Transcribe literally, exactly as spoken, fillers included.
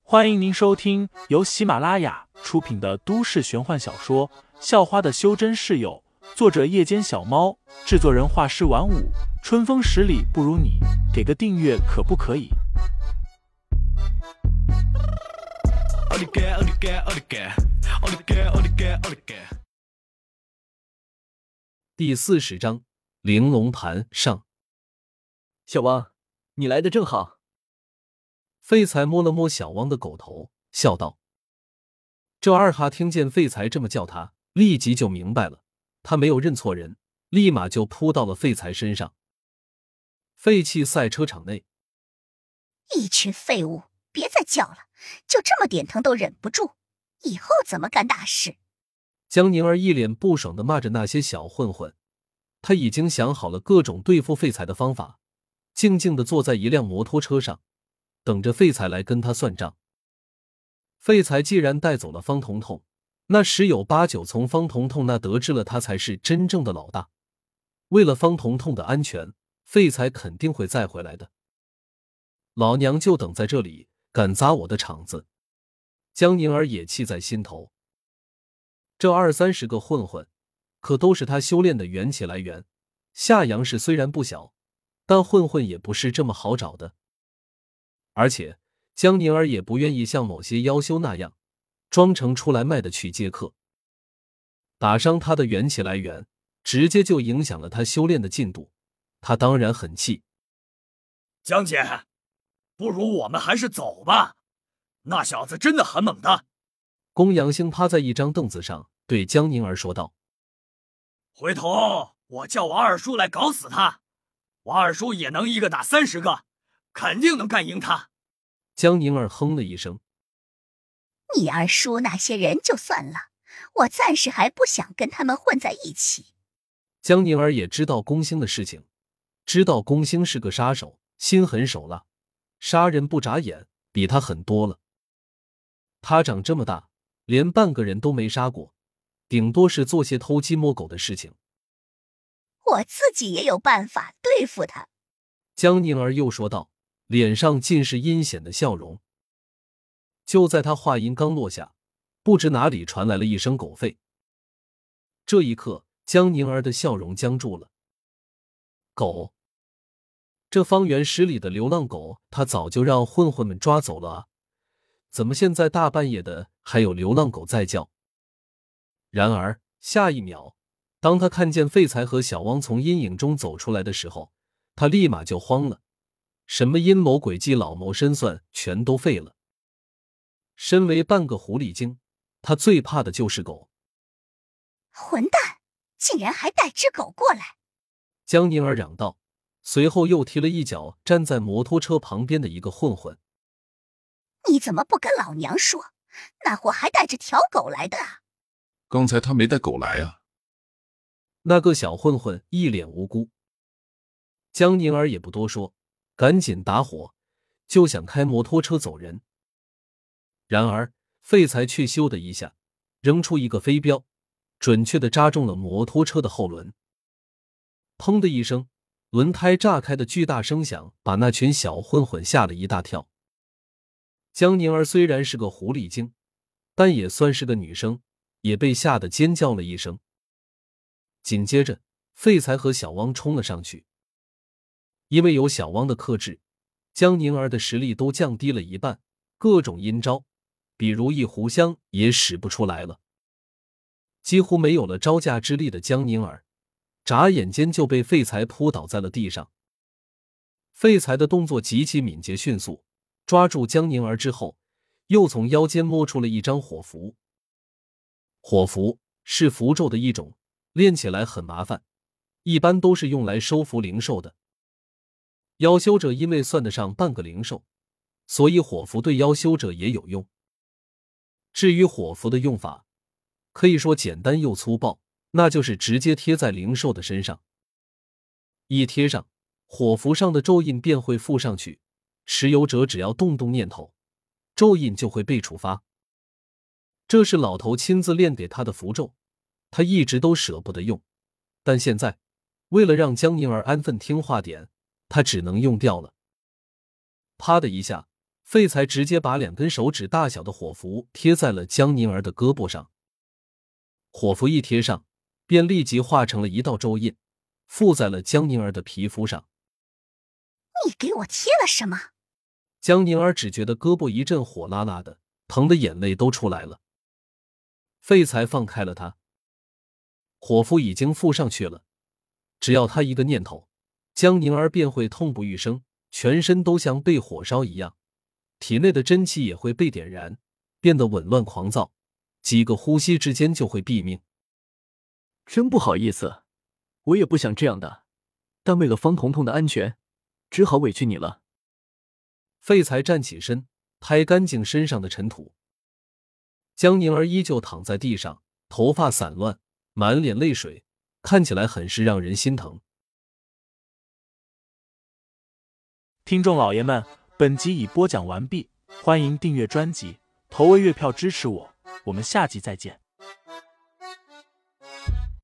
欢迎您收听由喜马拉雅出品的都市玄幻小说《校花的修真室友》，作者夜间小猫，制作人画师晚舞，春风十里不如你，给个订阅可不可以？ 第四十章玲珑盘上。 小汪，你来的正好。 废材摸了摸小汪的狗头，笑道。这二哈听见废材这么叫他，立即就明白了，他没有认错人，立马就扑到了废材身上。废弃赛车场内， 一群废物，别再叫了，就这么点疼都忍不住，以后怎么干大事？ 江宁儿一脸不爽地骂着那些小混混，他已经想好了各种对付废材的方法，静静地坐在一辆摩托车上，等着废材来跟他算账。废材既然带走了方彤彤，那十有八九从方彤彤那得知了他才是真正的老大。为了方彤彤的安全，废材肯定会再回来的。老娘就等在这里，敢砸我的场子！江宁儿也气在心头。这二三十个混混，可都是他修炼的元气来源。夏阳市虽然不小，但混混也不是这么好找的。而且江宁儿也不愿意像某些妖修那样装成出来卖的去接客，打伤他的元气来源，直接就影响了他修炼的进度，他当然很气。 江姐，不如我们还是走吧，那小子真的很猛的。 公羊星趴在一张凳子上对江宁儿说道， 回头我叫我二叔来搞死他，我二叔也能一个打三十个，肯定能干赢他。 江宁儿哼了一声， 你二叔那些人就算了，我暂时还不想跟他们混在一起。 江宁儿也知道宫星的事情，知道宫星是个杀手，心狠手辣，杀人不眨眼，比他狠多了。他长这么大连半个人都没杀过，顶多是做些偷鸡摸狗的事情。 我自己也有办法对付他。 江宁儿又说道，脸上尽是阴险的笑容。就在他话音刚落下，不知哪里传来了一声狗吠。这一刻，江宁儿的笑容僵住了。狗？这方圆十里的流浪狗，他早就让混混们抓走了啊！怎么现在大半夜的还有流浪狗在叫？然而下一秒，当他看见废材和小汪从阴影中走出来的时候，他立马就慌了。什么阴谋诡计、老谋深算全都废了。身为半个狐狸精，他最怕的就是狗。 混蛋，竟然还带只狗过来！ 江宁儿嚷道，随后又踢了一脚站在摩托车旁边的一个混混。 你怎么不跟老娘说，那货还带着条狗来的啊？ 刚才他没带狗来啊。 那个小混混一脸无辜。江宁儿也不多说，赶紧打火，就想开摩托车走人。然而废材却咻的一下扔出一个飞镖，准确地扎中了摩托车的后轮。砰的一声，轮胎炸开的巨大声响把那群小混混吓了一大跳。江宁儿虽然是个狐狸精，但也算是个女生，也被吓得尖叫了一声。紧接着废材和小汪冲了上去。因为有小汪的克制，江宁儿的实力都降低了一半，各种阴招，比如一壶香也使不出来了。几乎没有了招架之力的江宁儿，眨眼间就被废材扑倒在了地上。废材的动作极其敏捷迅速，抓住江宁儿之后，又从腰间摸出了一张火符。火符是符咒的一种，练起来很麻烦，一般都是用来收服灵兽的。妖修者因为算得上半个灵兽，所以火符对妖修者也有用。至于火符的用法，可以说简单又粗暴，那就是直接贴在灵兽的身上。一贴上，火符上的咒印便会附上去，持有者只要动动念头，咒印就会被触发。这是老头亲自练给他的符咒，他一直都舍不得用，但现在为了让江宁儿安分听话点，他只能用掉了。啪的一下， 废材直接把两根手指大小的火符贴在了江宁儿的胳膊上。火符一贴上，便立即化成了一道咒印，附在了江宁儿的皮肤上。 你给我贴了什么？ 江宁儿只觉得胳膊一阵火辣辣的，疼的眼泪都出来了。废材放开了他，火符已经附上去了，只要他一个念头，江宁儿便会痛不欲生，全身都像被火烧一样，体内的真气也会被点燃，变得紊乱狂躁，几个呼吸之间就会毙命。 真不好意思，我也不想这样的，但为了方彤彤的安全，只好委屈你了。 废材站起身，拍干净身上的尘土。江宁儿依旧躺在地上，头发散乱，满脸泪水，看起来很是让人心疼。 听众老爷们，本集已播讲完毕，欢迎订阅专辑，投喂月票支持我，我们下集再见。